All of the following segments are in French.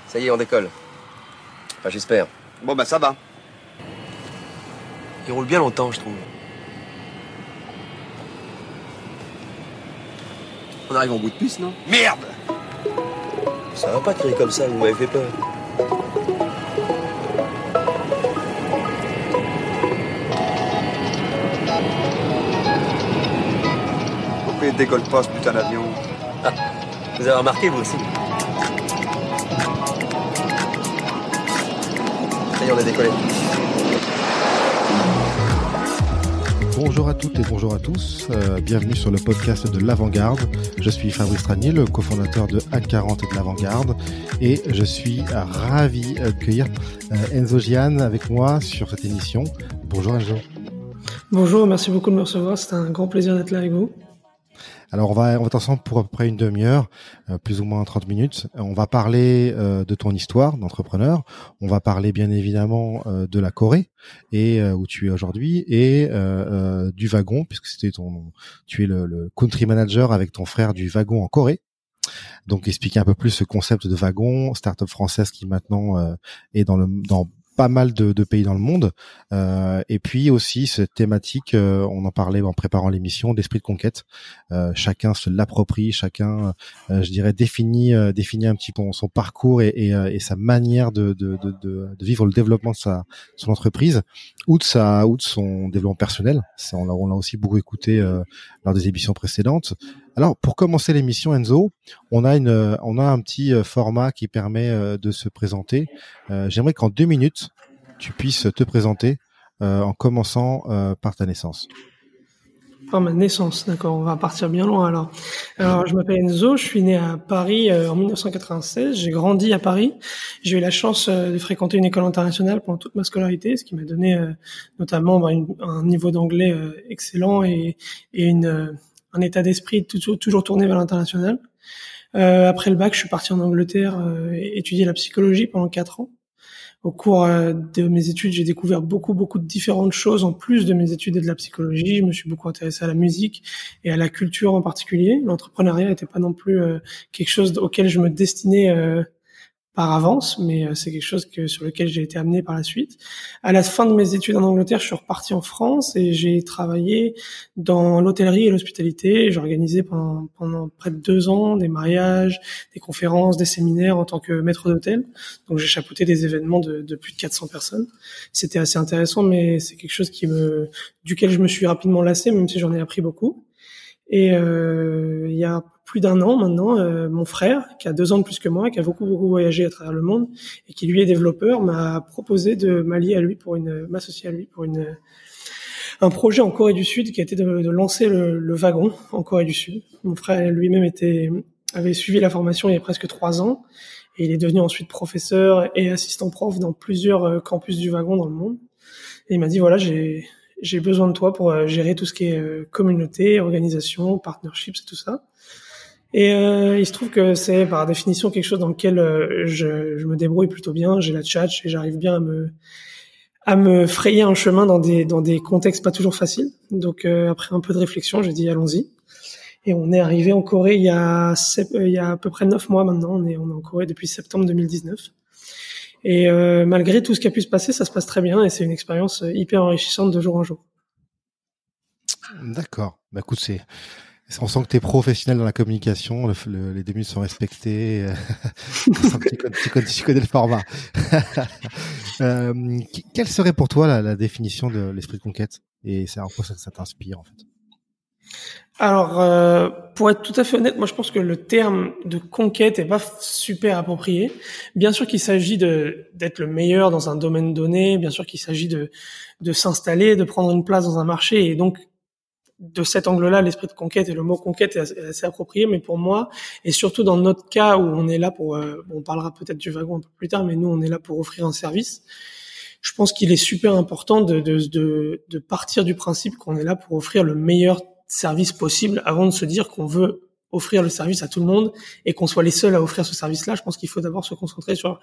Ça y est, on décolle. Enfin, j'espère. Bon, bah ça va. Il roule bien longtemps, je trouve. On arrive en bout de piste, non? Merde! Ça va pas crier comme ça, vous m'avez fait peur. Pourquoi il décolle pas ce putain d'avion? Ah, vous avez remarqué, vous aussi? Ça y est, on a décollé. Bonjour à toutes et bonjour à tous, bienvenue sur le podcast de l'Avant-Garde. Je suis Fabrice Tranier, le cofondateur de Hack40 et de l'Avant-Garde, et je suis ravi d'accueillir Enzo Gian avec moi sur cette émission. Bonjour Enzo. Bonjour, merci beaucoup de me recevoir, c'est un grand plaisir d'être là avec vous. Alors on va être ensemble pour à peu près une demi-heure, plus ou moins 30 minutes. On va parler de ton histoire d'entrepreneur. On va parler bien évidemment de la Corée et où tu es aujourd'hui et du wagon, puisque tu es le country manager avec ton frère du wagon en Corée. Donc expliquer un peu plus ce concept de wagon, start-up française qui maintenant est dans pas mal de pays dans le monde, et puis aussi cette thématique, on en parlait en préparant l'émission, d'esprit de conquête. Chacun se l'approprie, chacun, je dirais, définit un petit peu son parcours et sa manière de vivre le développement de son entreprise ou de son développement personnel. Ça, on l'a aussi beaucoup écouté lors des émissions précédentes. Alors, pour commencer l'émission, Enzo, on a un petit format qui permet de se présenter. J'aimerais qu'en 2 minutes, tu puisses te présenter en commençant par ta naissance. Par ma naissance, d'accord, on va partir bien loin alors. Alors, je m'appelle Enzo, je suis né à Paris en 1996, j'ai grandi à Paris. J'ai eu la chance de fréquenter une école internationale pendant toute ma scolarité, ce qui m'a donné notamment un niveau d'anglais excellent et un état d'esprit toujours tourné vers l'international. Après le bac, je suis parti en Angleterre étudier la psychologie pendant 4 ans. Au cours de mes études, j'ai découvert beaucoup de différentes choses en plus de mes études et de la psychologie. Je me suis beaucoup intéressé à la musique et à la culture en particulier. L'entrepreneuriat n'était pas non plus quelque chose auquel je me destinais par avance, mais c'est quelque chose sur lequel j'ai été amené par la suite. À la fin de mes études en Angleterre, je suis reparti en France et j'ai travaillé dans l'hôtellerie et l'hospitalité. J'ai organisé pendant près de 2 ans des mariages, des conférences, des séminaires en tant que maître d'hôtel. Donc j'ai chapeauté des événements de plus de 400 personnes. C'était assez intéressant, mais c'est quelque chose duquel je me suis rapidement lassé, même si j'en ai appris beaucoup. Et il y a plus d'1 an maintenant, mon frère, qui a 2 ans de plus que moi, qui a beaucoup voyagé à travers le monde et qui lui est développeur, m'a proposé de m'associer à lui pour un projet en Corée du Sud qui a été de lancer le wagon en Corée du Sud. Mon frère lui-même avait suivi la formation il y a presque 3 ans et il est devenu ensuite professeur et assistant prof dans plusieurs campus du wagon dans le monde. Et il m'a dit voilà, j'ai besoin de toi pour gérer tout ce qui est communauté, organisation, partnerships et tout ça. Et il se trouve que c'est par définition quelque chose dans lequel je me débrouille plutôt bien. J'ai la tchatche et j'arrive bien à me frayer un chemin dans des contextes pas toujours faciles. Donc après un peu de réflexion, j'ai dit allons-y. Et on est arrivé en Corée il y a à peu près 9 mois maintenant. On est en Corée depuis septembre 2019. Et malgré tout ce qui a pu se passer, ça se passe très bien et c'est une expérience hyper enrichissante de jour en jour. D'accord. Bah écoute, on sent que tu es professionnel dans la communication, les 2 minutes sont respectées, on sent que tu connais le format. Quelle serait pour toi la définition de l'esprit de conquête? Et c'est un peu ça t'inspire en fait. Alors, pour être tout à fait honnête, moi je pense que le terme de conquête est pas super approprié. Bien sûr qu'il s'agit d'être le meilleur dans un domaine donné, bien sûr qu'il s'agit de s'installer, de prendre une place dans un marché, et donc de cet angle-là, l'esprit de conquête et le mot conquête est assez approprié, mais pour moi, et surtout dans notre cas où on est là on parlera peut-être du wagon un peu plus tard, mais nous on est là pour offrir un service. Je pense qu'il est super important de partir du principe qu'on est là pour offrir le meilleur service possible avant de se dire qu'on veut offrir le service à tout le monde et qu'on soit les seuls à offrir ce service-là. Je pense qu'il faut d'abord se concentrer sur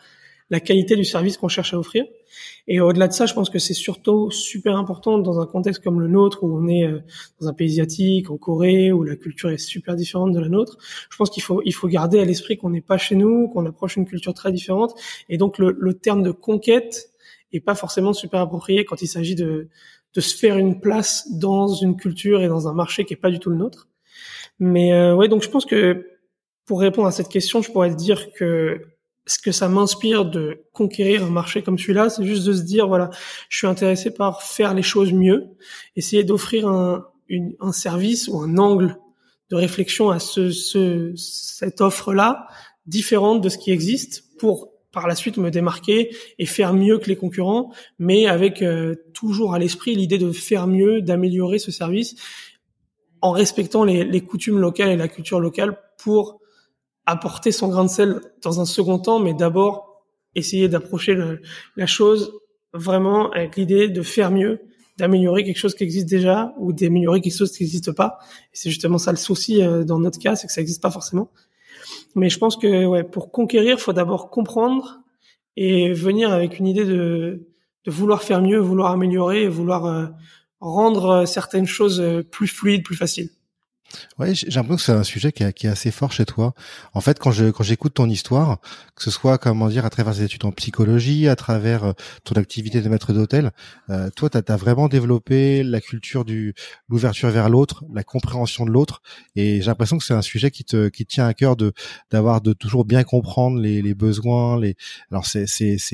la qualité du service qu'on cherche à offrir. Et au-delà de ça, je pense que c'est surtout super important dans un contexte comme le nôtre, où on est dans un pays asiatique, en Corée, où la culture est super différente de la nôtre. Je pense qu'il faut garder à l'esprit qu'on n'est pas chez nous, qu'on approche une culture très différente. Et donc, le terme de conquête est pas forcément super approprié quand il s'agit de se faire une place dans une culture et dans un marché qui est pas du tout le nôtre. Mais ouais, donc je pense que pour répondre à cette question, je pourrais te dire que ce que ça m'inspire de conquérir un marché comme celui-là, c'est juste de se dire, voilà, je suis intéressé par faire les choses mieux, essayer d'offrir un service ou un angle de réflexion à cette offre-là, différente de ce qui existe, pour par la suite me démarquer et faire mieux que les concurrents, mais avec toujours à l'esprit l'idée de faire mieux, d'améliorer ce service en respectant les coutumes locales et la culture locale pour apporter son grain de sel dans un second temps, mais d'abord essayer d'approcher la chose vraiment avec l'idée de faire mieux, d'améliorer quelque chose qui existe déjà ou d'améliorer quelque chose qui n'existe pas. Et c'est justement ça le souci dans notre cas, c'est que ça n'existe pas forcément. Mais je pense que ouais, pour conquérir, faut d'abord comprendre et venir avec une idée de vouloir faire mieux, vouloir améliorer, vouloir rendre certaines choses plus fluides, plus faciles. Ouais, j'ai l'impression que c'est un sujet qui est assez fort chez toi. En fait, quand j'écoute ton histoire, que ce soit, comment dire, à travers des études en psychologie, à travers ton activité de maître d'hôtel, toi, t'as vraiment développé la culture l'ouverture vers l'autre, la compréhension de l'autre. Et j'ai l'impression que c'est un sujet qui te tient à cœur de toujours bien comprendre les besoins, alors c'est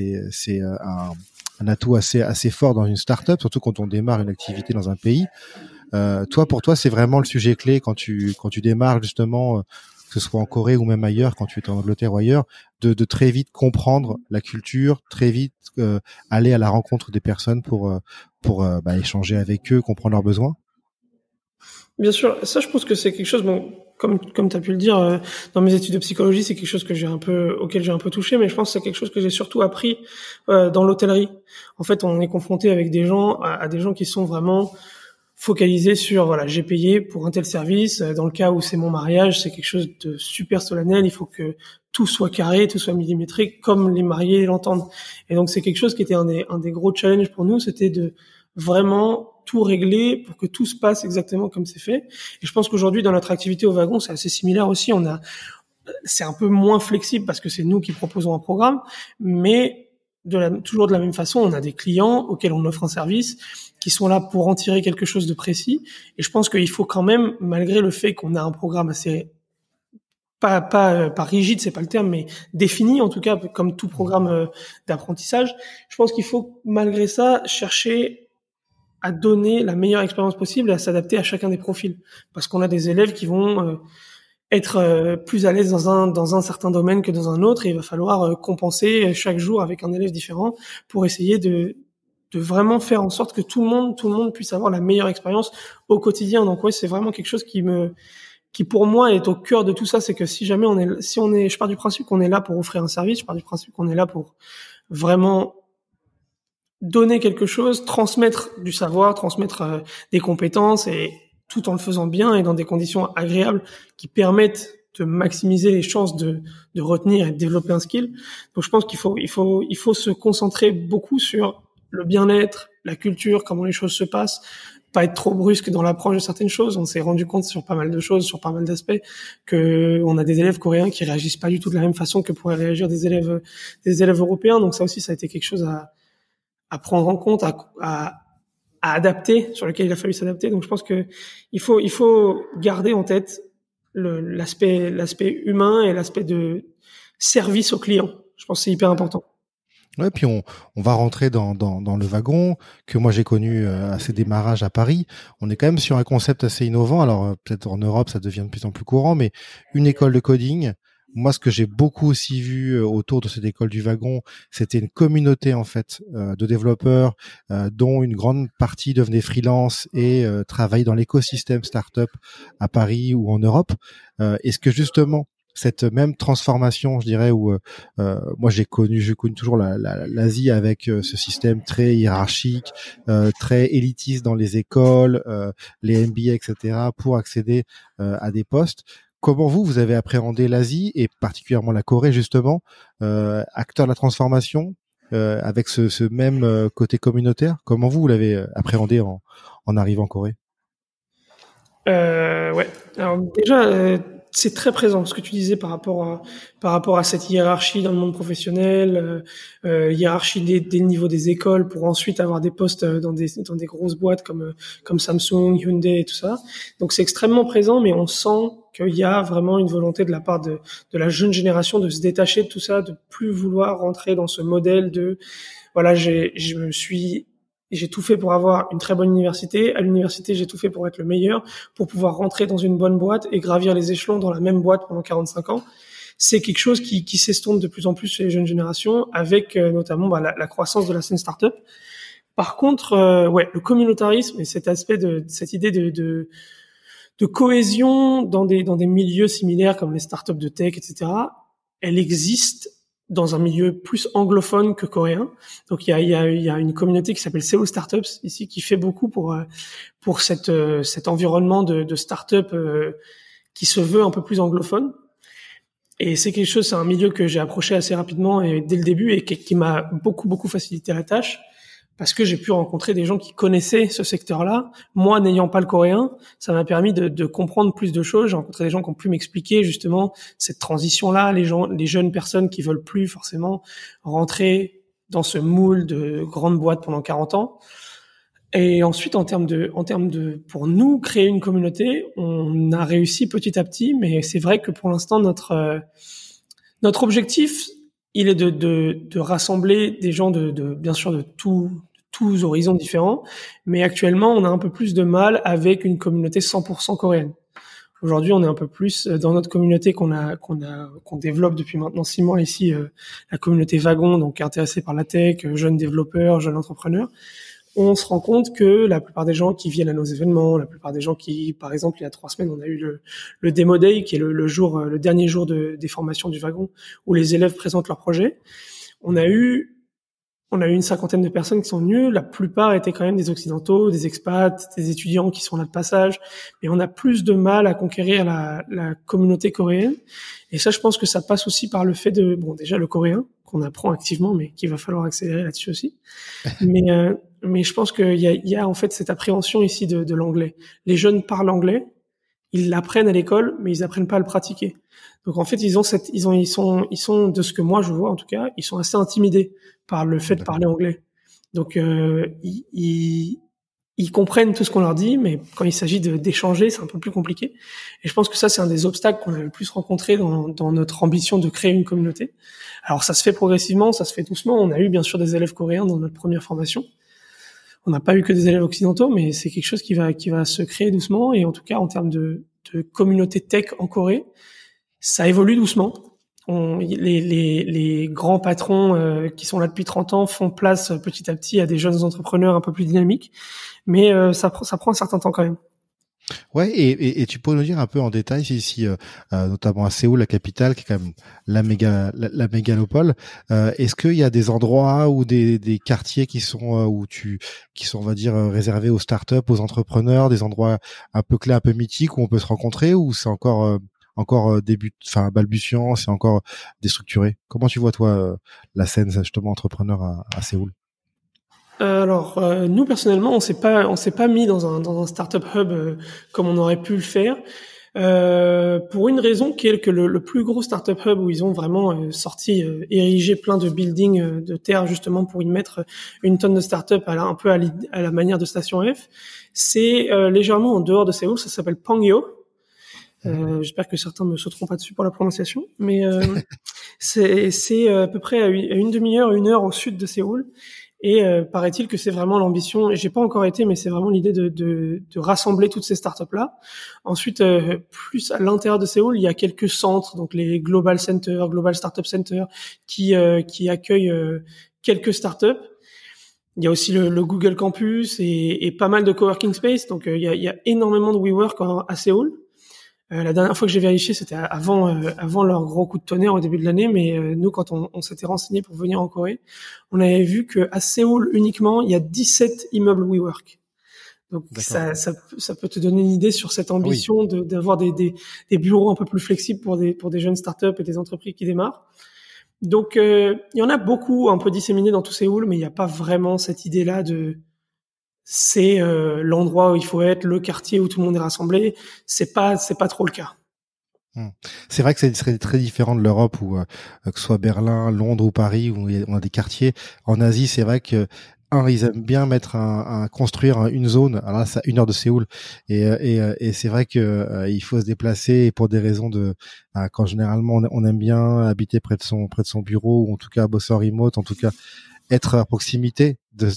un atout assez fort dans une start-up, surtout quand on démarre une activité dans un pays. Pour toi, c'est vraiment le sujet clé quand tu démarres justement, que ce soit en Corée ou même ailleurs, quand tu es en Angleterre ou ailleurs, de très vite comprendre la culture, très vite aller à la rencontre des personnes pour échanger avec eux, comprendre leurs besoins. Bien sûr, ça je pense que c'est quelque chose, bon, comme tu as pu le dire, dans mes études de psychologie, c'est quelque chose que auquel j'ai un peu touché, mais je pense que c'est quelque chose que j'ai surtout appris dans l'hôtellerie. En fait, on est confronté avec des gens, à des gens qui sont vraiment focalisés sur, voilà, j'ai payé pour un tel service. Dans le cas où c'est mon mariage, c'est quelque chose de super solennel. Il faut que tout soit carré, tout soit millimétré, comme les mariés l'entendent. Et donc c'est quelque chose qui était un des gros challenges pour nous, c'était de vraiment tout régler pour que tout se passe exactement comme c'est fait. Et je pense qu'aujourd'hui, dans notre activité au wagon, c'est assez similaire aussi. C'est un peu moins flexible parce que c'est nous qui proposons un programme, mais toujours de la même façon, on a des clients auxquels on offre un service qui sont là pour en tirer quelque chose de précis. Et je pense qu'il faut quand même, malgré le fait qu'on a un programme assez pas rigide, c'est pas le terme, mais défini en tout cas, comme tout programme d'apprentissage, je pense qu'il faut malgré ça chercher à donner la meilleure expérience possible et à s'adapter à chacun des profils, parce qu'on a des élèves qui vont être plus à l'aise dans un certain domaine que dans un autre, et il va falloir compenser chaque jour avec un élève différent pour essayer de vraiment faire en sorte que tout le monde puisse avoir la meilleure expérience au quotidien. Donc ouais, c'est vraiment quelque chose qui pour moi est au cœur de tout ça, c'est que si jamais je pars du principe qu'on est là pour offrir un service, je pars du principe qu'on est là pour vraiment donner quelque chose, transmettre du savoir, transmettre des compétences, et tout en le faisant bien et dans des conditions agréables qui permettent de maximiser les chances de retenir et de développer un skill. Donc je pense qu'il faut se concentrer beaucoup sur le bien-être, la culture, comment les choses se passent, pas être trop brusque dans l'approche de certaines choses. On s'est rendu compte sur pas mal de choses, sur pas mal d'aspects, que on a des élèves coréens qui réagissent pas du tout de la même façon que pourraient réagir des élèves européens. Donc ça aussi, ça a été quelque chose à prendre en compte, à adapter, sur lequel il a fallu s'adapter. Donc je pense que il faut garder en tête l'aspect humain et l'aspect de service au client. Je pense que c'est hyper important. Ouais, puis on va rentrer dans le wagon que moi j'ai connu à ses démarrages à Paris. On est quand même sur un concept assez innovant. Alors peut-être en Europe ça devient de plus en plus courant, mais une école de coding. Moi, ce que j'ai beaucoup aussi vu autour de cette école du wagon, c'était une communauté en fait de développeurs dont une grande partie devenaient freelance et travaillaient dans l'écosystème startup à Paris ou en Europe. Est-ce que justement cette même transformation, je dirais, où moi je connu toujours l'Asie avec ce système très hiérarchique, très élitiste dans les écoles, les MBA, etc., pour accéder à des postes. comment vous avez appréhendé l'Asie et particulièrement la Corée justement, acteur de la transformation, avec ce même côté communautaire? Comment vous l'avez appréhendé en arrivant en Corée? Ouais. Alors déjà, c'est très présent ce que tu disais par rapport à cette hiérarchie dans le monde professionnel, hiérarchie des niveaux des écoles pour ensuite avoir des postes dans des grosses boîtes comme Samsung, Hyundai et tout ça. Donc c'est extrêmement présent, mais on sent qu'il y a vraiment une volonté de la part de la jeune génération de se détacher de tout ça, de plus vouloir rentrer dans ce modèle de voilà, j'ai tout fait pour avoir une très bonne université. À l'université, j'ai tout fait pour être le meilleur, pour pouvoir rentrer dans une bonne boîte et gravir les échelons dans la même boîte pendant 45 ans. C'est quelque chose qui s'estompe de plus en plus chez les jeunes générations, avec notamment la croissance de la scène startup. Par contre, le communautarisme et cet aspect cette idée de cohésion dans des milieux similaires comme les startups de tech, etc., elle existe dans un milieu plus anglophone que coréen. Donc il y a une communauté qui s'appelle Seoul Startups ici qui fait beaucoup pour cet environnement de startup qui se veut un peu plus anglophone. Et c'est un milieu que j'ai approché assez rapidement et dès le début et qui m'a beaucoup facilité la tâche parce que j'ai pu rencontrer des gens qui connaissaient ce secteur-là. Moi, n'ayant pas le coréen, ça m'a permis de comprendre plus de choses. J'ai rencontré des gens qui ont pu m'expliquer justement cette transition-là, les jeunes personnes qui veulent plus forcément rentrer dans ce moule de grande boîte pendant 40 ans. Et ensuite, en termes de, pour nous créer une communauté, on a réussi petit à petit, mais c'est vrai que pour l'instant, notre objectif, il est de rassembler des gens bien sûr de tous horizons différents, mais actuellement, on a un peu plus de mal avec une communauté 100% coréenne. Aujourd'hui, on est un peu plus dans notre communauté qu'on développe depuis maintenant 6 mois ici, la communauté Wagon, donc intéressée par la tech, jeunes développeurs, jeunes entrepreneurs. On se rend compte que la plupart des gens qui viennent à nos événements, la plupart des gens qui, par exemple, il y a 3 semaines, on a eu le Demo Day, qui est le dernier jour des formations du Wagon, où les élèves présentent leurs projets. On a eu une 50aine de personnes qui sont venues. La plupart étaient quand même des occidentaux, des expats, des étudiants qui sont là de passage. Mais on a plus de mal à conquérir la communauté coréenne. Et ça, je pense que ça passe aussi par le fait déjà le coréen, qu'on apprend activement, mais qu'il va falloir accélérer là-dessus aussi. Mais je pense qu'il y a en fait cette appréhension ici de l'anglais. Les jeunes parlent anglais, ils l'apprennent à l'école, mais ils apprennent pas à le pratiquer. Donc en fait, ils sont de ce que moi je vois en tout cas, ils sont assez intimidés par le fait de parler anglais. Donc ils comprennent tout ce qu'on leur dit, mais quand il s'agit d'échanger, c'est un peu plus compliqué. Et je pense que ça, c'est un des obstacles qu'on a le plus rencontré dans notre ambition de créer une communauté. Alors ça se fait progressivement, ça se fait doucement. On a eu bien sûr des élèves coréens dans notre première formation. On n'a pas eu que des élèves occidentaux, mais c'est quelque chose qui va se créer doucement. Et en tout cas, en termes de communauté tech en Corée, ça évolue doucement. Les grands patrons qui sont là depuis 30 ans font place petit à petit à des jeunes entrepreneurs un peu plus dynamiques, mais ça prend un certain temps quand même. Ouais, et tu peux nous dire un peu en détail si notamment à Séoul, la capitale, qui est quand même la mégalopole, est-ce qu'il y a des endroits ou des quartiers qui sont on va dire réservés aux startups, aux entrepreneurs, des endroits un peu clés, un peu mythiques où on peut se rencontrer, ou c'est encore balbutiant, c'est encore déstructuré? Comment tu vois toi la scène justement entrepreneur à Séoul? Alors nous personnellement, on s'est pas mis dans un startup hub comme on aurait pu le faire. Pour une raison qui est que le plus gros startup hub où ils ont vraiment érigé plein de buildings de terre justement pour y mettre une tonne de startup un peu à la manière de Station F, c'est légèrement en dehors de Séoul. Ça s'appelle Pangyo. J'espère que certains ne me sauteront pas dessus pour la prononciation, mais c'est à peu près à une demi-heure, 1 heure au sud de Séoul. Et paraît-il que c'est vraiment l'ambition, et j'ai pas encore été, mais c'est vraiment l'idée de rassembler toutes ces startups-là. Ensuite, plus à l'intérieur de Séoul, il y a quelques centres, donc les Global Center, Global Startup Center, qui accueillent quelques startups. Il y a aussi le Google Campus et pas mal de coworking space, donc il y a énormément de WeWork à Séoul. La dernière fois que j'ai vérifié, c'était avant leur gros coup de tonnerre au début de l'année, mais nous, quand on s'était renseigné pour venir en Corée, on avait vu que à Séoul uniquement, il y a 17 immeubles WeWork. Donc D'accord. ça peut te donner une idée sur cette ambition d'avoir des bureaux un peu plus flexibles pour des jeunes startups et des entreprises qui démarrent. Donc il y en a beaucoup un peu disséminés dans tout Séoul, mais il n'y a pas vraiment cette idée-là de c'est l'endroit où il faut être, le quartier où tout le monde est rassemblé. C'est pas trop le cas. C'est vrai que ça serait très différent de l'Europe où que ce soit Berlin, Londres ou Paris où on a des quartiers. En Asie, c'est vrai que ils aiment bien mettre construire une zone. Alors là, c'est à 1 heure de Séoul et c'est vrai que il faut se déplacer et pour des raisons quand généralement on aime bien habiter près de son bureau ou en tout cas bosser en remote, en tout cas être à proximité de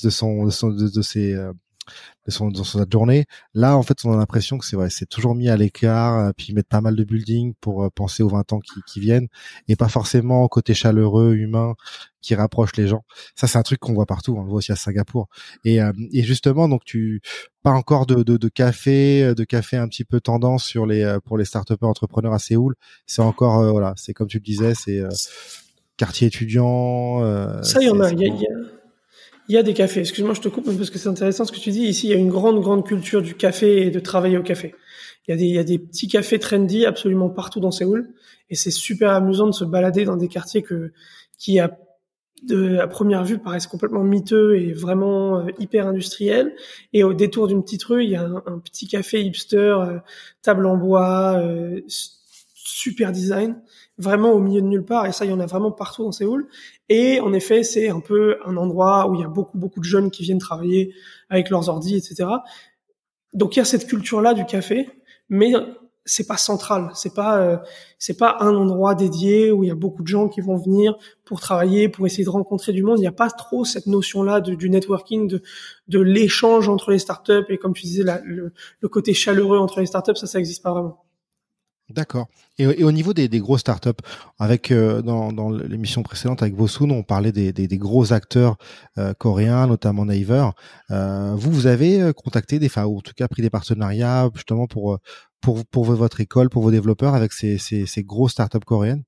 sa journée. Là, en fait, on a l'impression que c'est toujours mis à l'écart, puis ils mettent pas mal de buildings pour penser aux 20 ans qui viennent, et pas forcément au côté chaleureux, humain, qui rapproche les gens. Ça, c'est un truc qu'on voit partout. On le voit aussi à Singapour. Et justement, donc pas encore de café un petit peu tendance pour les start-upers entrepreneurs à Séoul. C'est encore, voilà, c'est comme tu le disais, c'est quartier étudiant. Ça, il y en a. Il y a des cafés. Excuse-moi, je te coupe parce que c'est intéressant ce que tu dis. Ici, il y a une grande culture du café et de travailler au café. Il y a des petits cafés trendy absolument partout dans Séoul. Et c'est super amusant de se balader dans des quartiers qui à première vue paraissent complètement miteux et vraiment hyper industriels. Et au détour d'une petite rue, il y a un petit café hipster, table en bois, super design, vraiment au milieu de nulle part. Et ça, il y en a vraiment partout dans Séoul. Et en effet, c'est un peu un endroit où il y a beaucoup de jeunes qui viennent travailler avec leurs ordi, etc. Donc il y a cette culture-là du café, mais c'est pas central. C'est pas un endroit dédié où il y a beaucoup de gens qui vont venir pour travailler, pour essayer de rencontrer du monde. Il n'y a pas trop cette notion-là du networking, de l'échange entre les startups. Et comme tu disais, le côté chaleureux entre les startups, ça existe pas vraiment. D'accord. Et au niveau des grosses startups, avec dans l'émission précédente avec Vosoon, on parlait des gros acteurs coréens, notamment Naver. Vous avez contacté ou en tout cas pris des partenariats justement pour votre école, pour vos développeurs avec ces grosses startups coréennes?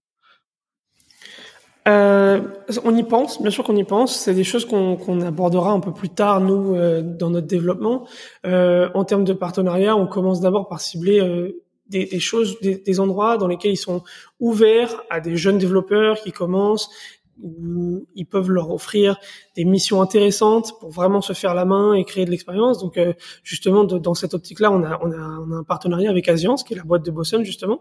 On y pense, bien sûr qu'on y pense. C'est des choses qu'on abordera un peu plus tard, nous, dans notre développement. En termes de partenariat, on commence d'abord par cibler des choses, des endroits dans lesquels ils sont ouverts à des jeunes développeurs qui commencent, où ils peuvent leur offrir des missions intéressantes pour vraiment se faire la main et créer de l'expérience. Donc, justement, dans cette optique-là, on a un partenariat avec Asiance, qui est la boîte de Boson, justement.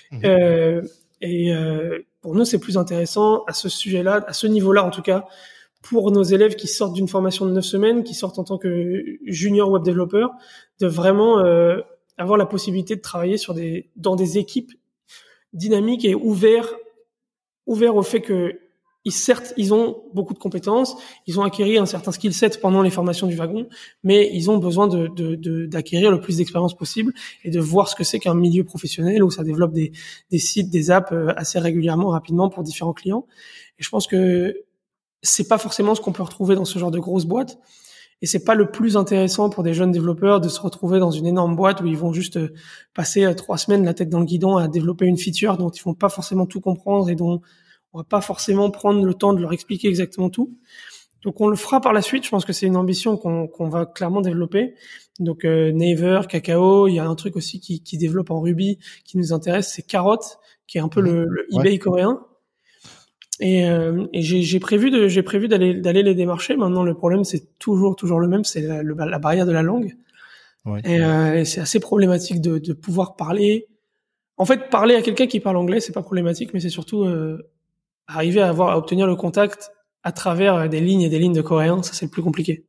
Pour nous, c'est plus intéressant à ce sujet-là, à ce niveau-là, en tout cas, pour nos élèves qui sortent d'une formation de 9 semaines, qui sortent en tant que junior web développeur, de vraiment avoir la possibilité de travailler dans des équipes dynamiques et ouverts au fait que certes, ils ont beaucoup de compétences, ils ont acquis un certain skill set pendant les formations du wagon, mais ils ont besoin d'acquérir le plus d'expérience possible et de voir ce que c'est qu'un milieu professionnel où ça développe des sites, des apps assez régulièrement, rapidement pour différents clients. Et je pense que c'est pas forcément ce qu'on peut retrouver dans ce genre de grosses boîtes. Et c'est pas le plus intéressant pour des jeunes développeurs de se retrouver dans une énorme boîte où ils vont juste passer 3 semaines la tête dans le guidon à développer une feature dont ils vont pas forcément tout comprendre et dont on va pas forcément prendre le temps de leur expliquer exactement tout. Donc on le fera par la suite. Je pense que c'est une ambition qu'on va clairement développer. Donc Naver, Kakao, il y a un truc aussi qui développe en Ruby qui nous intéresse, c'est Carrot, qui est un peu le eBay coréen. Et j'ai prévu d'aller les démarcher. Maintenant, le problème, c'est toujours le même, c'est la barrière de la langue. Ouais. Et c'est assez problématique de pouvoir parler. En fait, parler à quelqu'un qui parle anglais, c'est pas problématique, mais c'est surtout arriver à obtenir le contact à travers des lignes et des lignes de coréen. Ça, c'est le plus compliqué.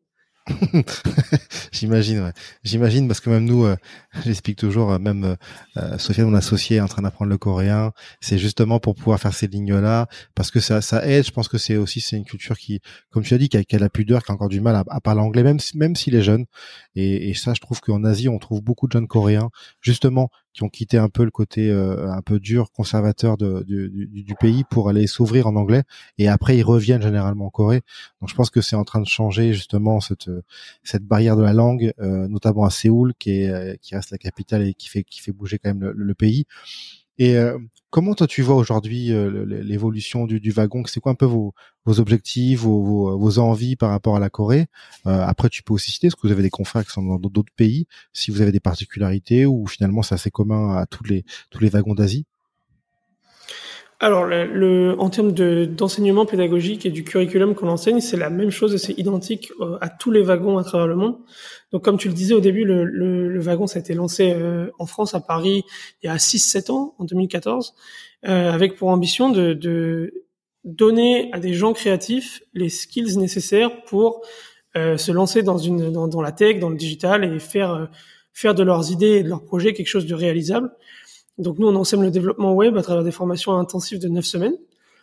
J'imagine, ouais. J'imagine parce que même nous, j'explique toujours, Sofiane, mon associé, est en train d'apprendre le coréen. C'est justement pour pouvoir faire ces lignes-là, parce que ça aide. Je pense que c'est une culture qui, comme tu as dit, qui a la pudeur, qui a encore du mal à parler anglais, même s'il est jeune. Et ça, je trouve qu'en Asie, on trouve beaucoup de jeunes coréens, justement, qui ont quitté un peu le côté un peu dur, conservateur du pays pour aller s'ouvrir en anglais. Et après, ils reviennent généralement en Corée. Donc, je pense que c'est en train de changer justement cette barrière de la langue, notamment à Séoul, qui reste la capitale et qui fait bouger quand même le pays. Et comment toi tu vois aujourd'hui l'évolution du wagon? C'est quoi un peu vos objectifs, vos envies par rapport à la Corée? Après, tu peux aussi citer, parce que vous avez des confrères qui sont dans d'autres pays, si vous avez des particularités ou finalement c'est assez commun à tous les wagons d'Asie. Alors, en termes d'enseignement pédagogique et du curriculum qu'on enseigne, c'est la même chose et c'est identique à tous les wagons à travers le monde. Donc, comme tu le disais au début, le wagon, ça a été lancé en France, à Paris, il y a 6-7 ans, en 2014, avec pour ambition de donner à des gens créatifs les skills nécessaires pour se lancer dans la tech, dans le digital et faire de leurs idées et de leurs projets quelque chose de réalisable. Donc nous, on enseigne le développement web à travers des formations intensives de 9 semaines.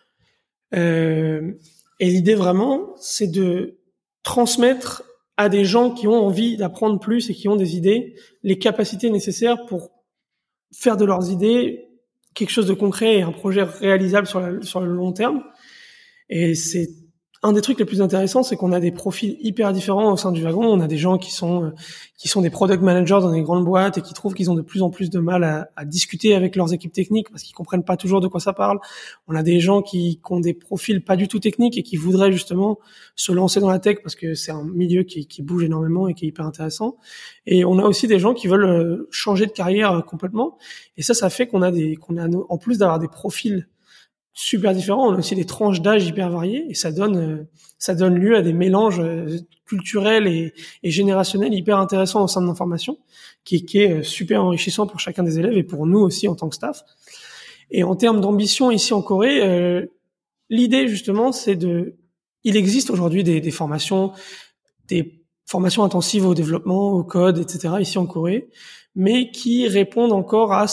Et l'idée vraiment, c'est de transmettre à des gens qui ont envie d'apprendre plus et qui ont des idées, les capacités nécessaires pour faire de leurs idées quelque chose de concret et un projet réalisable sur le long terme. Et c'est un des trucs les plus intéressants, c'est qu'on a des profils hyper différents au sein du wagon. On a des gens qui sont des product managers dans des grandes boîtes et qui trouvent qu'ils ont de plus en plus de mal à discuter avec leurs équipes techniques parce qu'ils comprennent pas toujours de quoi ça parle. On a des gens qui ont des profils pas du tout techniques et qui voudraient justement se lancer dans la tech parce que c'est un milieu qui bouge énormément et qui est hyper intéressant. Et on a aussi des gens qui veulent changer de carrière complètement. Et ça fait qu'on a en plus d'avoir des profils super différents, on a aussi des tranches d'âge hyper variées et ça donne lieu à des mélanges culturels et générationnels hyper intéressants au sein de l'information qui est super enrichissant pour chacun des élèves et pour nous aussi en tant que staff. Et en termes d'ambition ici en Corée, l'idée justement il existe aujourd'hui des formations intensives au développement, au code, etc. ici en Corée, mais qui répondent encore à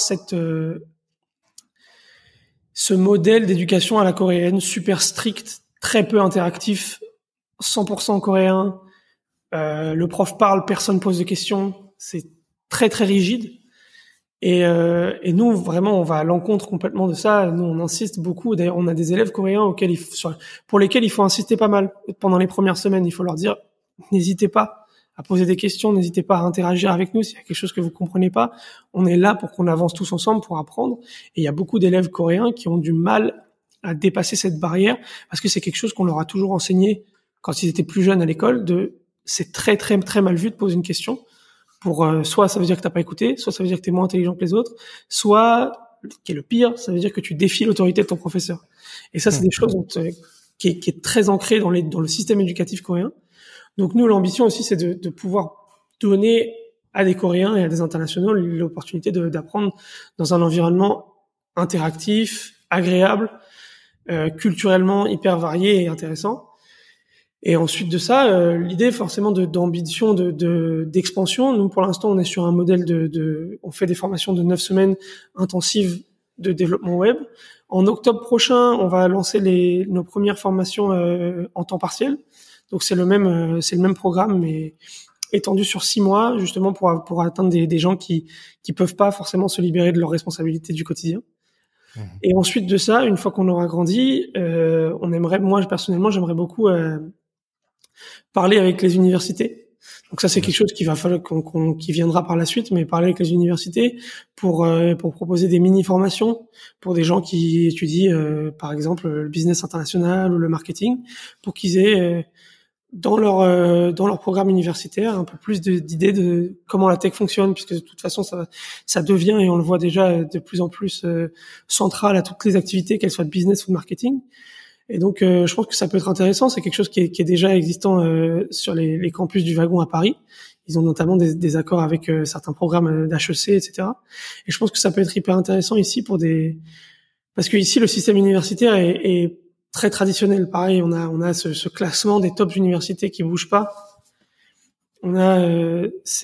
ce modèle d'éducation à la coréenne, super strict, très peu interactif, 100% coréen. Le prof parle, personne pose de questions. C'est très très rigide. Et nous vraiment, on va à l'encontre complètement de ça. Nous, on insiste beaucoup. D'ailleurs, on a des élèves coréens pour lesquels il faut insister pas mal pendant les premières semaines. Il faut leur dire, n'hésitez pas à poser des questions, n'hésitez pas à interagir avec nous s'il y a quelque chose que vous comprenez pas. On est là pour qu'on avance tous ensemble pour apprendre. Et il y a beaucoup d'élèves coréens qui ont du mal à dépasser cette barrière parce que c'est quelque chose qu'on leur a toujours enseigné quand ils étaient plus jeunes à l'école. C'est très très très mal vu de poser une question. Soit ça veut dire que t'as pas écouté, soit ça veut dire que t'es moins intelligent que les autres, soit, qui est le pire, ça veut dire que tu défies l'autorité de ton professeur. Et ça, c'est des choses qui est très ancrée dans le système éducatif coréen. Donc nous, l'ambition aussi, c'est de pouvoir donner à des Coréens et à des internationaux l'opportunité d'apprendre dans un environnement interactif, agréable, culturellement hyper varié et intéressant. Et ensuite de ça, l'idée forcément d'ambition, d'expansion. Nous, pour l'instant, on est sur un modèle on fait des formations de 9 semaines intensives de développement web. En octobre prochain, on va lancer nos premières formations en temps partiel. Donc c'est le même programme, mais étendu sur 6 mois, justement pour atteindre des gens qui peuvent pas forcément se libérer de leurs responsabilités du quotidien. Mmh. Et ensuite de ça, une fois qu'on aura grandi, moi personnellement, j'aimerais beaucoup parler avec les universités. Donc ça, c'est quelque chose qui va falloir qui viendra par la suite, mais parler avec les universités pour proposer des mini-formations pour des gens qui étudient, par exemple, le business international ou le marketing, pour qu'ils aient dans leur programme universitaire un peu plus d'idées de comment la tech fonctionne, puisque de toute façon ça devient, et on le voit déjà, de plus en plus central à toutes les activités, qu'elles soient de business ou de marketing. Et donc je pense que ça peut être intéressant. C'est quelque chose qui est déjà existant sur les campus du wagon à Paris. Ils ont notamment des accords avec certains programmes d'HEC, etc. Et je pense que ça peut être hyper intéressant ici parce que ici le système universitaire est très traditionnel. Pareil, on a ce classement des tops universités qui bouge pas. On a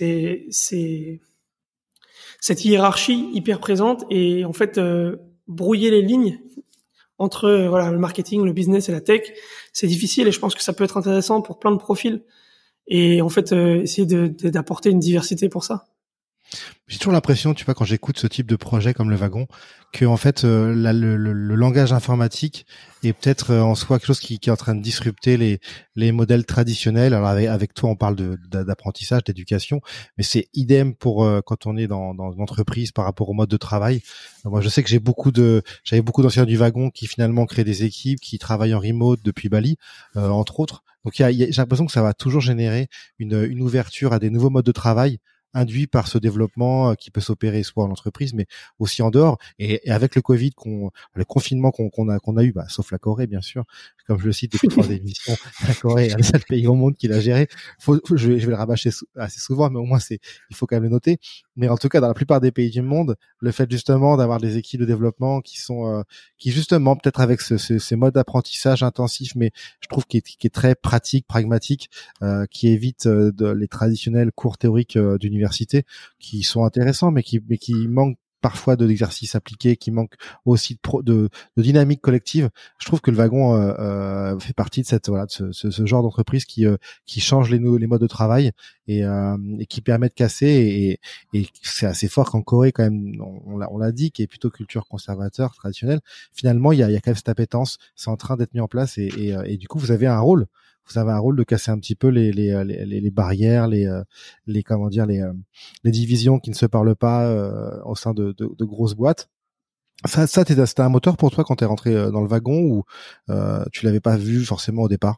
cette hiérarchie hyper présente et en fait brouiller les lignes entre le marketing, le business et la tech, c'est difficile et je pense que ça peut être intéressant pour plein de profils et en fait essayer d'apporter une diversité pour ça. J'ai toujours l'impression, tu vois, quand j'écoute ce type de projet comme le wagon, que en fait le langage informatique est peut-être en soi quelque chose qui est en train de disrupter les modèles traditionnels. Alors avec toi, on parle d'apprentissage, d'éducation, mais c'est idem pour quand on est dans une entreprise par rapport au mode de travail. Moi, je sais que j'avais beaucoup d'anciens du wagon qui finalement créent des équipes, qui travaillent en remote depuis Bali, entre autres. Donc j'ai l'impression que ça va toujours générer une ouverture à des nouveaux modes de travail induit par ce développement qui peut s'opérer soit en entreprise mais aussi en dehors et avec le Covid le confinement qu'on a eu sauf la Corée bien sûr, comme je le cite depuis 3 émissions, la Corée est le seul pays au monde qui l'a géré. Je vais le rabâcher assez souvent, mais au moins il faut quand même le noter. Mais en tout cas dans la plupart des pays du monde, le fait justement d'avoir des équipes de développement qui sont qui justement peut-être avec ces modes d'apprentissage intensif, mais je trouve qui est très pratique, pragmatique, qui évite les traditionnels cours théoriques d'université qui sont intéressants mais qui manquent parfois d'exercices appliqués, qui manquent aussi de dynamique collective. Je trouve que le wagon fait partie de ce genre d'entreprise qui change les modes de travail et qui permet de casser et c'est assez fort qu'en Corée quand même on l'a dit, qui est plutôt culture conservateur traditionnelle. Finalement il y a quand même cette appétence, c'est en train d'être mis en place et du coup vous avez un rôle de casser un petit peu les barrières, les divisions qui ne se parlent pas au sein de grosses boîtes. Ça c'était un moteur pour toi quand t'es rentré dans le wagon ou tu l'avais pas vu forcément au départ?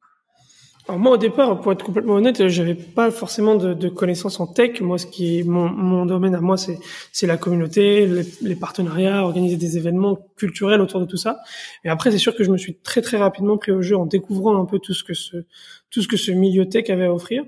Alors moi au départ, pour être complètement honnête, j'avais pas forcément de connaissances en tech. Moi, ce qui est mon domaine à moi, c'est la communauté, les partenariats, organiser des événements culturels autour de tout ça. Et après, c'est sûr que je me suis très très rapidement pris au jeu en découvrant un peu tout ce que ce milieu tech avait à offrir.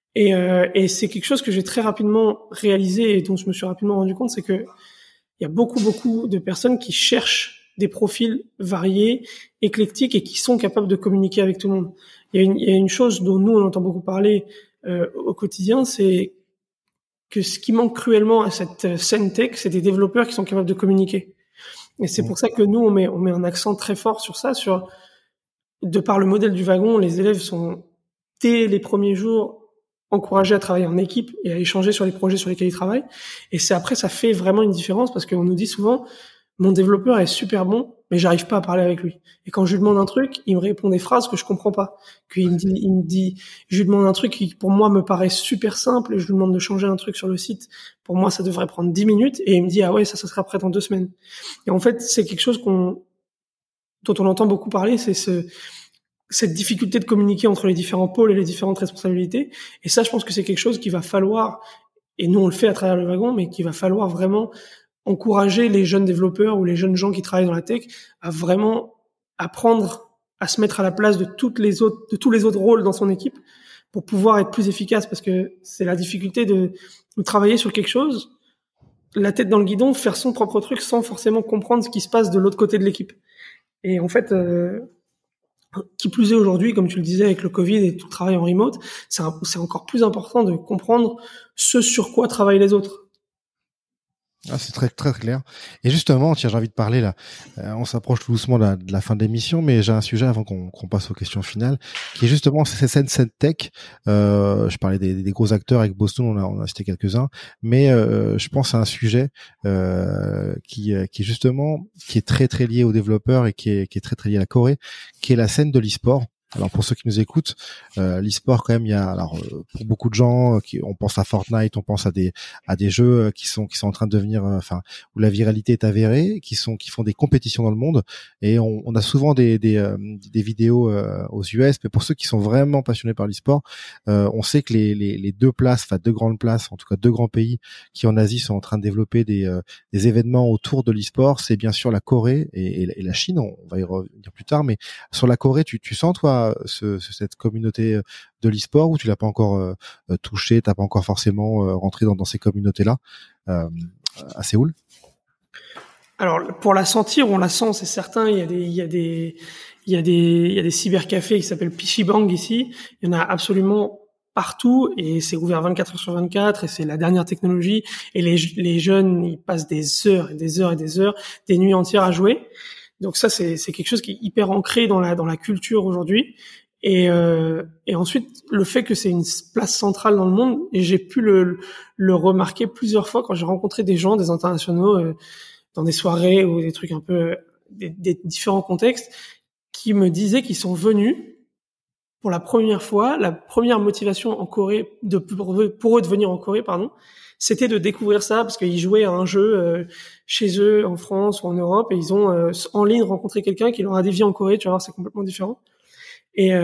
Et c'est quelque chose que j'ai très rapidement réalisé et dont je me suis rapidement rendu compte, c'est que il y a beaucoup de personnes qui cherchent des profils variés, éclectiques et qui sont capables de communiquer avec tout le monde. Il y a une chose dont nous on entend beaucoup parler au quotidien, c'est que ce qui manque cruellement à cette scène tech, c'est des développeurs qui sont capables de communiquer. Et c'est pour ça que nous on met un accent très fort sur ça, de par le modèle du wagon, les élèves sont dès les premiers jours encouragés à travailler en équipe et à échanger sur les projets sur lesquels ils travaillent. Et c'est après, ça fait vraiment une différence parce qu'on nous dit souvent, mon développeur est super bon, mais j'arrive pas à parler avec lui. Et quand je lui demande un truc, il me répond des phrases que je comprends pas. Il me dit, je lui demande un truc qui pour moi me paraît super simple et je lui demande de changer un truc sur le site. Pour moi, ça devrait prendre 10 minutes et il me dit, ah ouais, ça sera prêt dans 2 semaines. Et en fait, c'est quelque chose dont on entend beaucoup parler, c'est cette difficulté de communiquer entre les différents pôles et les différentes responsabilités. Et ça, je pense que c'est quelque chose qu'il va falloir, et nous on le fait à travers le wagon, mais qu'il va falloir vraiment encourager les jeunes développeurs ou les jeunes gens qui travaillent dans la tech à vraiment apprendre à se mettre à la place de tous les autres rôles dans son équipe pour pouvoir être plus efficace, parce que c'est la difficulté de travailler sur quelque chose, la tête dans le guidon, faire son propre truc sans forcément comprendre ce qui se passe de l'autre côté de l'équipe. Et en fait, qui plus est aujourd'hui, comme tu le disais, avec le Covid et tout le travail en remote, c'est encore plus important de comprendre ce sur quoi travaillent les autres. Ah, c'est très très clair. Et justement, tiens, j'ai envie de parler là. On s'approche tout doucement de la fin de l'émission, mais j'ai un sujet avant qu'on passe aux questions finales, qui est justement cette scène tech. Je parlais des gros acteurs avec Boston, on a cité quelques-uns, mais je pense à un sujet qui est très très lié aux développeurs et qui est très très lié à la Corée, qui est la scène de l'e-sport. Alors pour ceux qui nous écoutent, l'e-sport quand même, il y a pour beaucoup de gens on pense à Fortnite, on pense à des jeux qui sont en train de devenir où la viralité est avérée, qui font des compétitions dans le monde, et on a souvent des vidéos aux US, mais pour ceux qui sont vraiment passionnés par l'e-sport, on sait que les deux grandes places, en tout cas deux grands pays qui en Asie sont en train de développer des événements autour de l'e-sport, c'est bien sûr la Corée et la Chine, on va y revenir plus tard, mais sur la Corée, tu sens toi cette communauté de l'e-sport, ou tu l'as pas encore touché, t'as pas encore forcément rentré dans ces communautés-là à Séoul? Alors pour la sentir, on la sent, c'est certain. Il y a des cybercafés qui s'appellent Pichibang ici. Il y en a absolument partout et c'est ouvert 24 heures sur 24 et c'est la dernière technologie. Et les jeunes, ils passent des heures et des heures et des heures, des nuits entières à jouer. Donc ça, c'est quelque chose qui est hyper ancré dans la culture aujourd'hui. Et ensuite, le fait que c'est une place centrale dans le monde, et j'ai pu le remarquer plusieurs fois quand j'ai rencontré des gens, des internationaux, dans des soirées ou des trucs un peu, des différents contextes, qui me disaient qu'ils sont venus pour la première fois. La première motivation en Corée, pour eux de venir en Corée, pardon, c'était de découvrir ça, parce qu'ils jouaient à un jeu chez eux, en France ou en Europe, et ils ont en ligne rencontré quelqu'un qui leur a dit viens en Corée, tu vas voir, c'est complètement différent. Et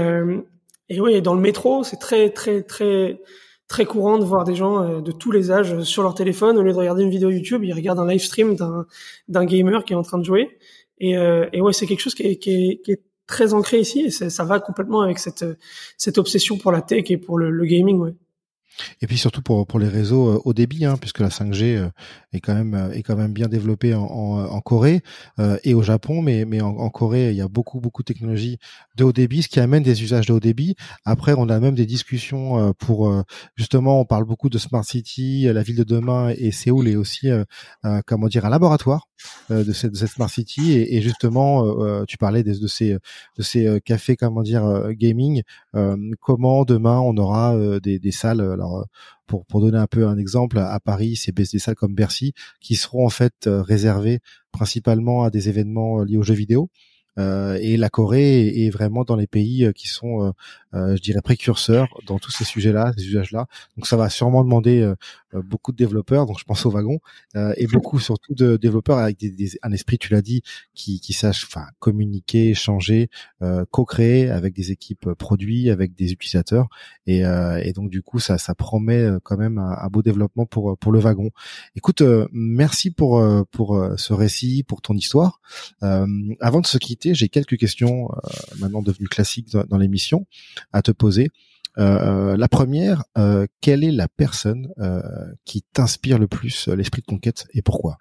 oui, dans le métro, c'est très très très très courant de voir des gens de tous les âges sur leur téléphone. Au lieu de regarder une vidéo YouTube, ils regardent un live stream d'un gamer qui est en train de jouer. Et ouais, c'est quelque chose qui est très ancré ici, et ça va complètement avec cette obsession pour la tech et pour le gaming, ouais. Et puis surtout pour les réseaux haut débit, hein, puisque la 5G est quand même bien développée en Corée et au Japon, mais en Corée il y a beaucoup de technologies de haut débit, ce qui amène des usages de haut débit. Après, on a même des discussions pour justement, on parle beaucoup de smart city, la ville de demain, et Séoul est aussi comment dire, un laboratoire de cette smart city, et justement tu parlais de ces cafés, comment dire, gaming. Comment demain on aura des salles, alors pour donner un peu un exemple, à Paris, c'est des salles comme Bercy qui seront en fait réservées principalement à des événements liés aux jeux vidéo. Et la Corée est vraiment dans les pays qui sont, je dirais, précurseurs dans tous ces sujets-là, ces usages-là. Donc ça va sûrement demander beaucoup de développeurs, donc je pense aux wagons, et beaucoup surtout de développeurs avec un esprit, tu l'as dit, qui sachent, enfin, communiquer, échanger, co-créer avec des équipes produits, avec des utilisateurs, et donc du coup ça promet quand même un beau développement pour le wagon. Écoute, merci pour ce récit, pour ton histoire. Avant de se quitter, j'ai quelques questions maintenant devenues classiques dans l'émission à te poser. La première, quelle est la personne qui t'inspire le plus l'esprit de conquête, et pourquoi?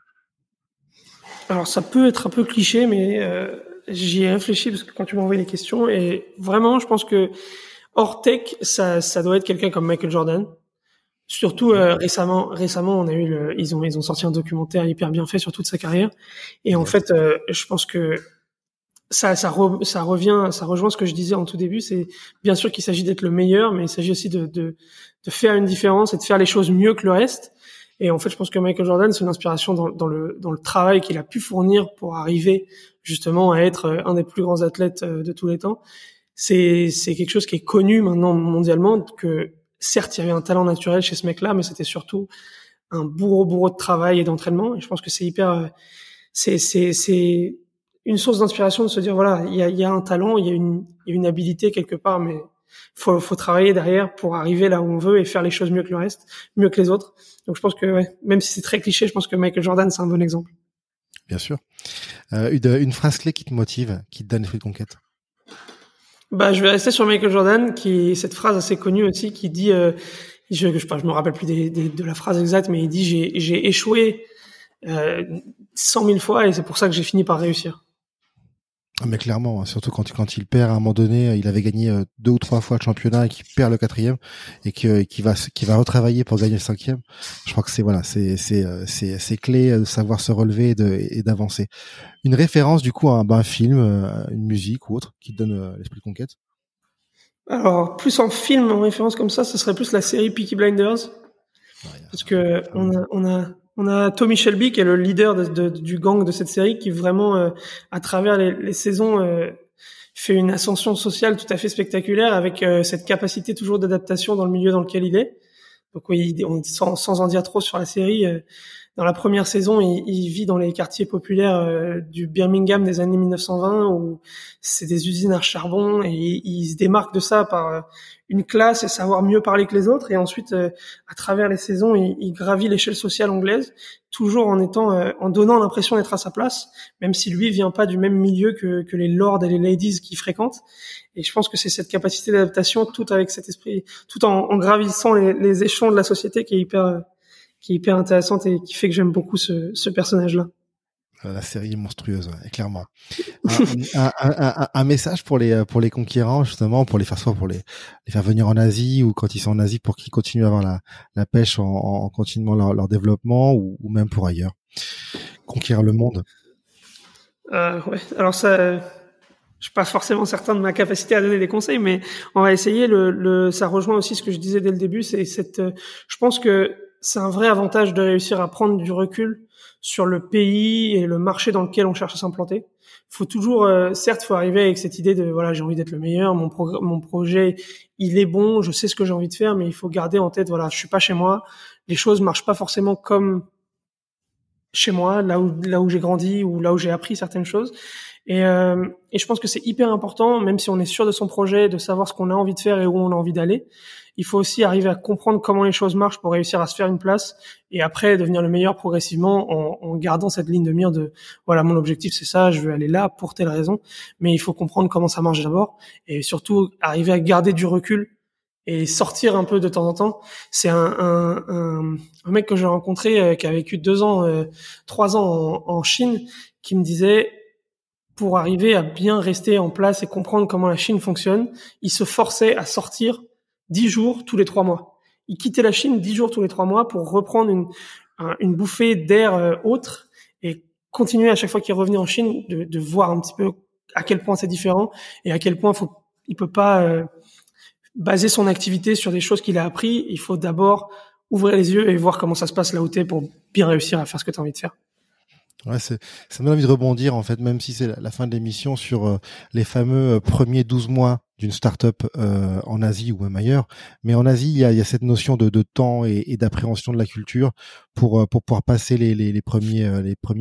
Alors ça peut être un peu cliché, mais j'y ai réfléchi parce que quand tu m'as envoyé les questions, et vraiment je pense que hors tech, ça doit être quelqu'un comme Michael Jordan. Surtout récemment, on a eu ils ont sorti un documentaire hyper bien fait sur toute sa carrière, et en fait, je pense que ça rejoint ce que je disais en tout début. C'est bien sûr qu'il s'agit d'être le meilleur, mais il s'agit aussi de faire une différence et de faire les choses mieux que le reste. Et en fait, je pense que Michael Jordan, c'est une inspiration dans le travail qu'il a pu fournir pour arriver justement à être un des plus grands athlètes de tous les temps. C'est quelque chose qui est connu maintenant mondialement, que certes, il y avait un talent naturel chez ce mec-là, mais c'était surtout un bourreau de travail et d'entraînement. Et je pense que c'est hyper, c'est une source d'inspiration de se dire, voilà, il y a un talent, il y a une habilité quelque part, mais faut travailler derrière pour arriver là où on veut et faire les choses mieux que le reste, mieux que les autres. Donc je pense que, ouais, même si c'est très cliché, je pense que Michael Jordan, c'est un bon exemple. Bien sûr. Une phrase clé qui te motive, qui te donne l'esprit de conquête. Bah, je vais rester sur Michael Jordan, cette phrase assez connue aussi, qui dit, je me rappelle plus de la phrase exacte, mais il dit, j'ai échoué 100 000 fois, et c'est pour ça que j'ai fini par réussir. Mais clairement, surtout quand il perd à un moment donné, il avait gagné 2 ou 3 fois le championnat et qu'il perd le 4e, et qu'il va retravailler pour gagner le 5e. Je crois que c'est clé de savoir se relever et d'avancer. Une référence du coup à un film, une musique ou autre qui te donne l'esprit de conquête? Alors, plus en film, en référence comme ça, ce serait plus la série Peaky Blinders. Parce que on a Tommy Shelby qui est le leader du gang de cette série, qui vraiment à travers les saisons fait une ascension sociale tout à fait spectaculaire, avec cette capacité toujours d'adaptation dans le milieu dans lequel il est. Donc oui, sans en dire trop sur la série, dans la première saison, il vit dans les quartiers populaires du Birmingham des années 1920, où c'est des usines à charbon, et il se démarque de ça par une classe et savoir mieux parler que les autres. Et ensuite, à travers les saisons, il gravit l'échelle sociale anglaise, toujours en donnant l'impression d'être à sa place, même si lui vient pas du même milieu que les lords et les ladies qu'il fréquente. Et je pense que c'est cette capacité d'adaptation, tout avec cet esprit, tout en gravissant les échelons de la société, qui est hyper intéressante, et qui fait que j'aime beaucoup ce personnage-là. La série est monstrueuse, ouais, clairement. Un message pour les conquérants, justement, pour les faire faire venir en Asie, ou quand ils sont en Asie, pour qu'ils continuent à avoir la pêche en continuant leur développement, ou même pour ailleurs. Conquérir le monde. Ouais. Alors ça, je suis pas forcément certain de ma capacité à donner des conseils, mais on va essayer. Ça rejoint aussi ce que je disais dès le début, c'est je pense que c'est un vrai avantage de réussir à prendre du recul sur le pays et le marché dans lequel on cherche à s'implanter. Faut toujours, certes, faut arriver avec cette idée de voilà, j'ai envie d'être le meilleur, mon projet, il est bon, je sais ce que j'ai envie de faire, mais il faut garder en tête, voilà, je suis pas chez moi, les choses marchent pas forcément comme chez moi, là où j'ai grandi ou là où j'ai appris certaines choses. Et je pense que c'est hyper important, même si on est sûr de son projet, de savoir ce qu'on a envie de faire et où on a envie d'aller. Il faut aussi arriver à comprendre comment les choses marchent pour réussir à se faire une place et après devenir le meilleur progressivement en gardant cette ligne de mire de voilà, mon objectif c'est ça, je veux aller là pour telle raison. Mais il faut comprendre comment ça marche d'abord et surtout arriver à garder du recul et sortir un peu de temps en temps. C'est un mec que j'ai rencontré qui a vécu 3 ans en Chine qui me disait pour arriver à bien rester en place et comprendre comment la Chine fonctionne, il se forçait à sortir 10 jours tous les 3 mois. Il quittait la Chine 10 jours tous les 3 mois pour reprendre une bouffée d'air autre et continuer à chaque fois qu'il revenait en Chine de voir un petit peu à quel point c'est différent et à quel point il peut pas baser son activité sur des choses qu'il a appris. Il faut d'abord ouvrir les yeux et voir comment ça se passe là où t'es pour bien réussir à faire ce que tu as envie de faire. Ouais, ça me donne envie de rebondir, en fait, même si c'est la fin de l'émission, sur les fameux premiers 12 mois d'une start-up en Asie ou même ailleurs. Mais en Asie, il y a cette notion de temps et d'appréhension de la culture pour pouvoir passer les premiers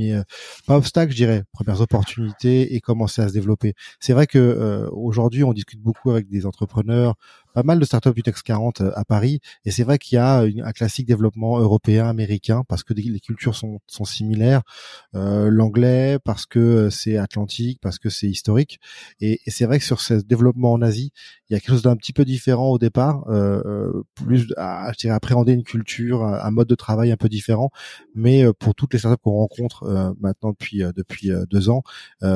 pas obstacles, je dirais, premières opportunités et commencer à se développer. C'est vrai que aujourd'hui, on discute beaucoup avec des entrepreneurs, pas mal de startups du Tex 40 à Paris, et c'est vrai qu'il y a un classique développement européen, américain, parce que les cultures sont similaires, l'anglais parce que c'est atlantique, parce que c'est historique, et c'est vrai que sur ce développement en Asie, il y a quelque chose d'un petit peu différent au départ, plus je dirais appréhender une culture, un mode de travail un peu différent, mais pour toutes les startups qu'on rencontre maintenant depuis 2 ans,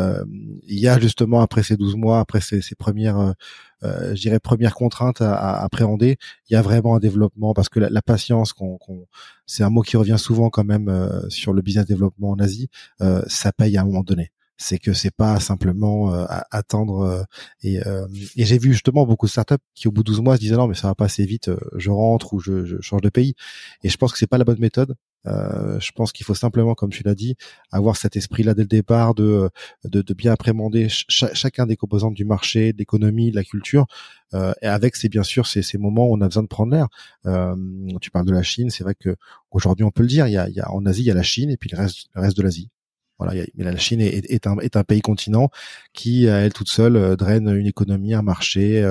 il y a justement après ces 12 mois, après ces premières je dirais première contrainte à appréhender, il y a vraiment un développement parce que la patience c'est un mot qui revient souvent quand même sur le business développement en Asie, ça paye à un moment donné. C'est que c'est pas simplement attendre et j'ai vu justement beaucoup de startups qui au bout de 12 mois se disaient non mais ça va pas assez vite, je rentre ou je change de pays, et je pense que c'est pas la bonne méthode. Je pense qu'il faut simplement, comme tu l'as dit, avoir cet esprit-là dès le départ de bien appréhender chacun des composantes du marché, de l'économie, de la culture, et avec bien sûr ces moments où on a besoin de prendre l'air. Tu parles de la Chine, c'est vrai que aujourd'hui on peut le dire, il y a en Asie il y a la Chine et puis le reste de l'Asie. Voilà, mais la Chine est un pays continent qui, à elle toute seule, draine une économie, un marché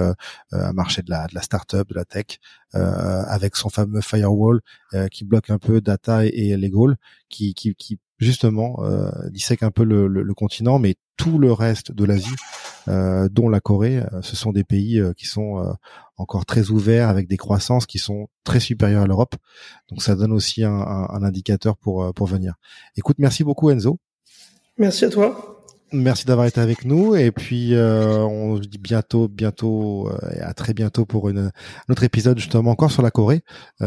de la start-up, de la tech, avec son fameux firewall qui bloque un peu data et legal, qui justement dissèque un peu le continent, mais tout le reste de l'Asie, dont la Corée, ce sont des pays qui sont encore très ouverts, avec des croissances qui sont très supérieures à l'Europe. Donc ça donne aussi un indicateur pour venir. Écoute, merci beaucoup Enzo. Merci à toi. Merci d'avoir été avec nous, et puis on se dit bientôt et à très bientôt pour un autre épisode justement encore sur la Corée,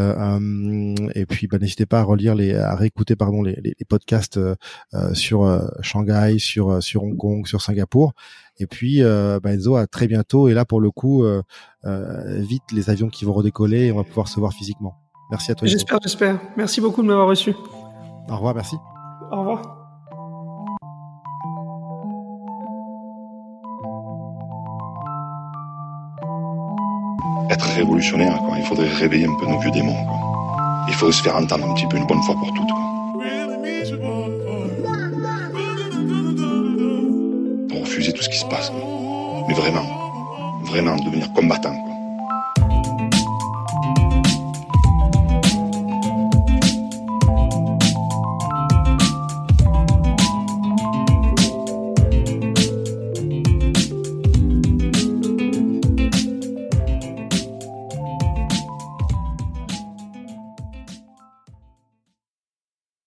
et puis n'hésitez pas à réécouter les podcasts sur Shanghai, sur Hong Kong, sur Singapour, et puis Enzo, à très bientôt, et là pour le coup vite les avions qui vont redécoller et on va pouvoir se voir physiquement. Merci à toi Enzo. J'espère. Merci beaucoup de m'avoir reçu. Au revoir, merci. Au revoir. Être révolutionnaire, quoi. Il faudrait réveiller un peu nos vieux démons, quoi. Il faudrait se faire entendre un petit peu une bonne fois pour toutes, quoi. Pour refuser tout ce qui se passe, quoi. Mais vraiment devenir combattant, quoi.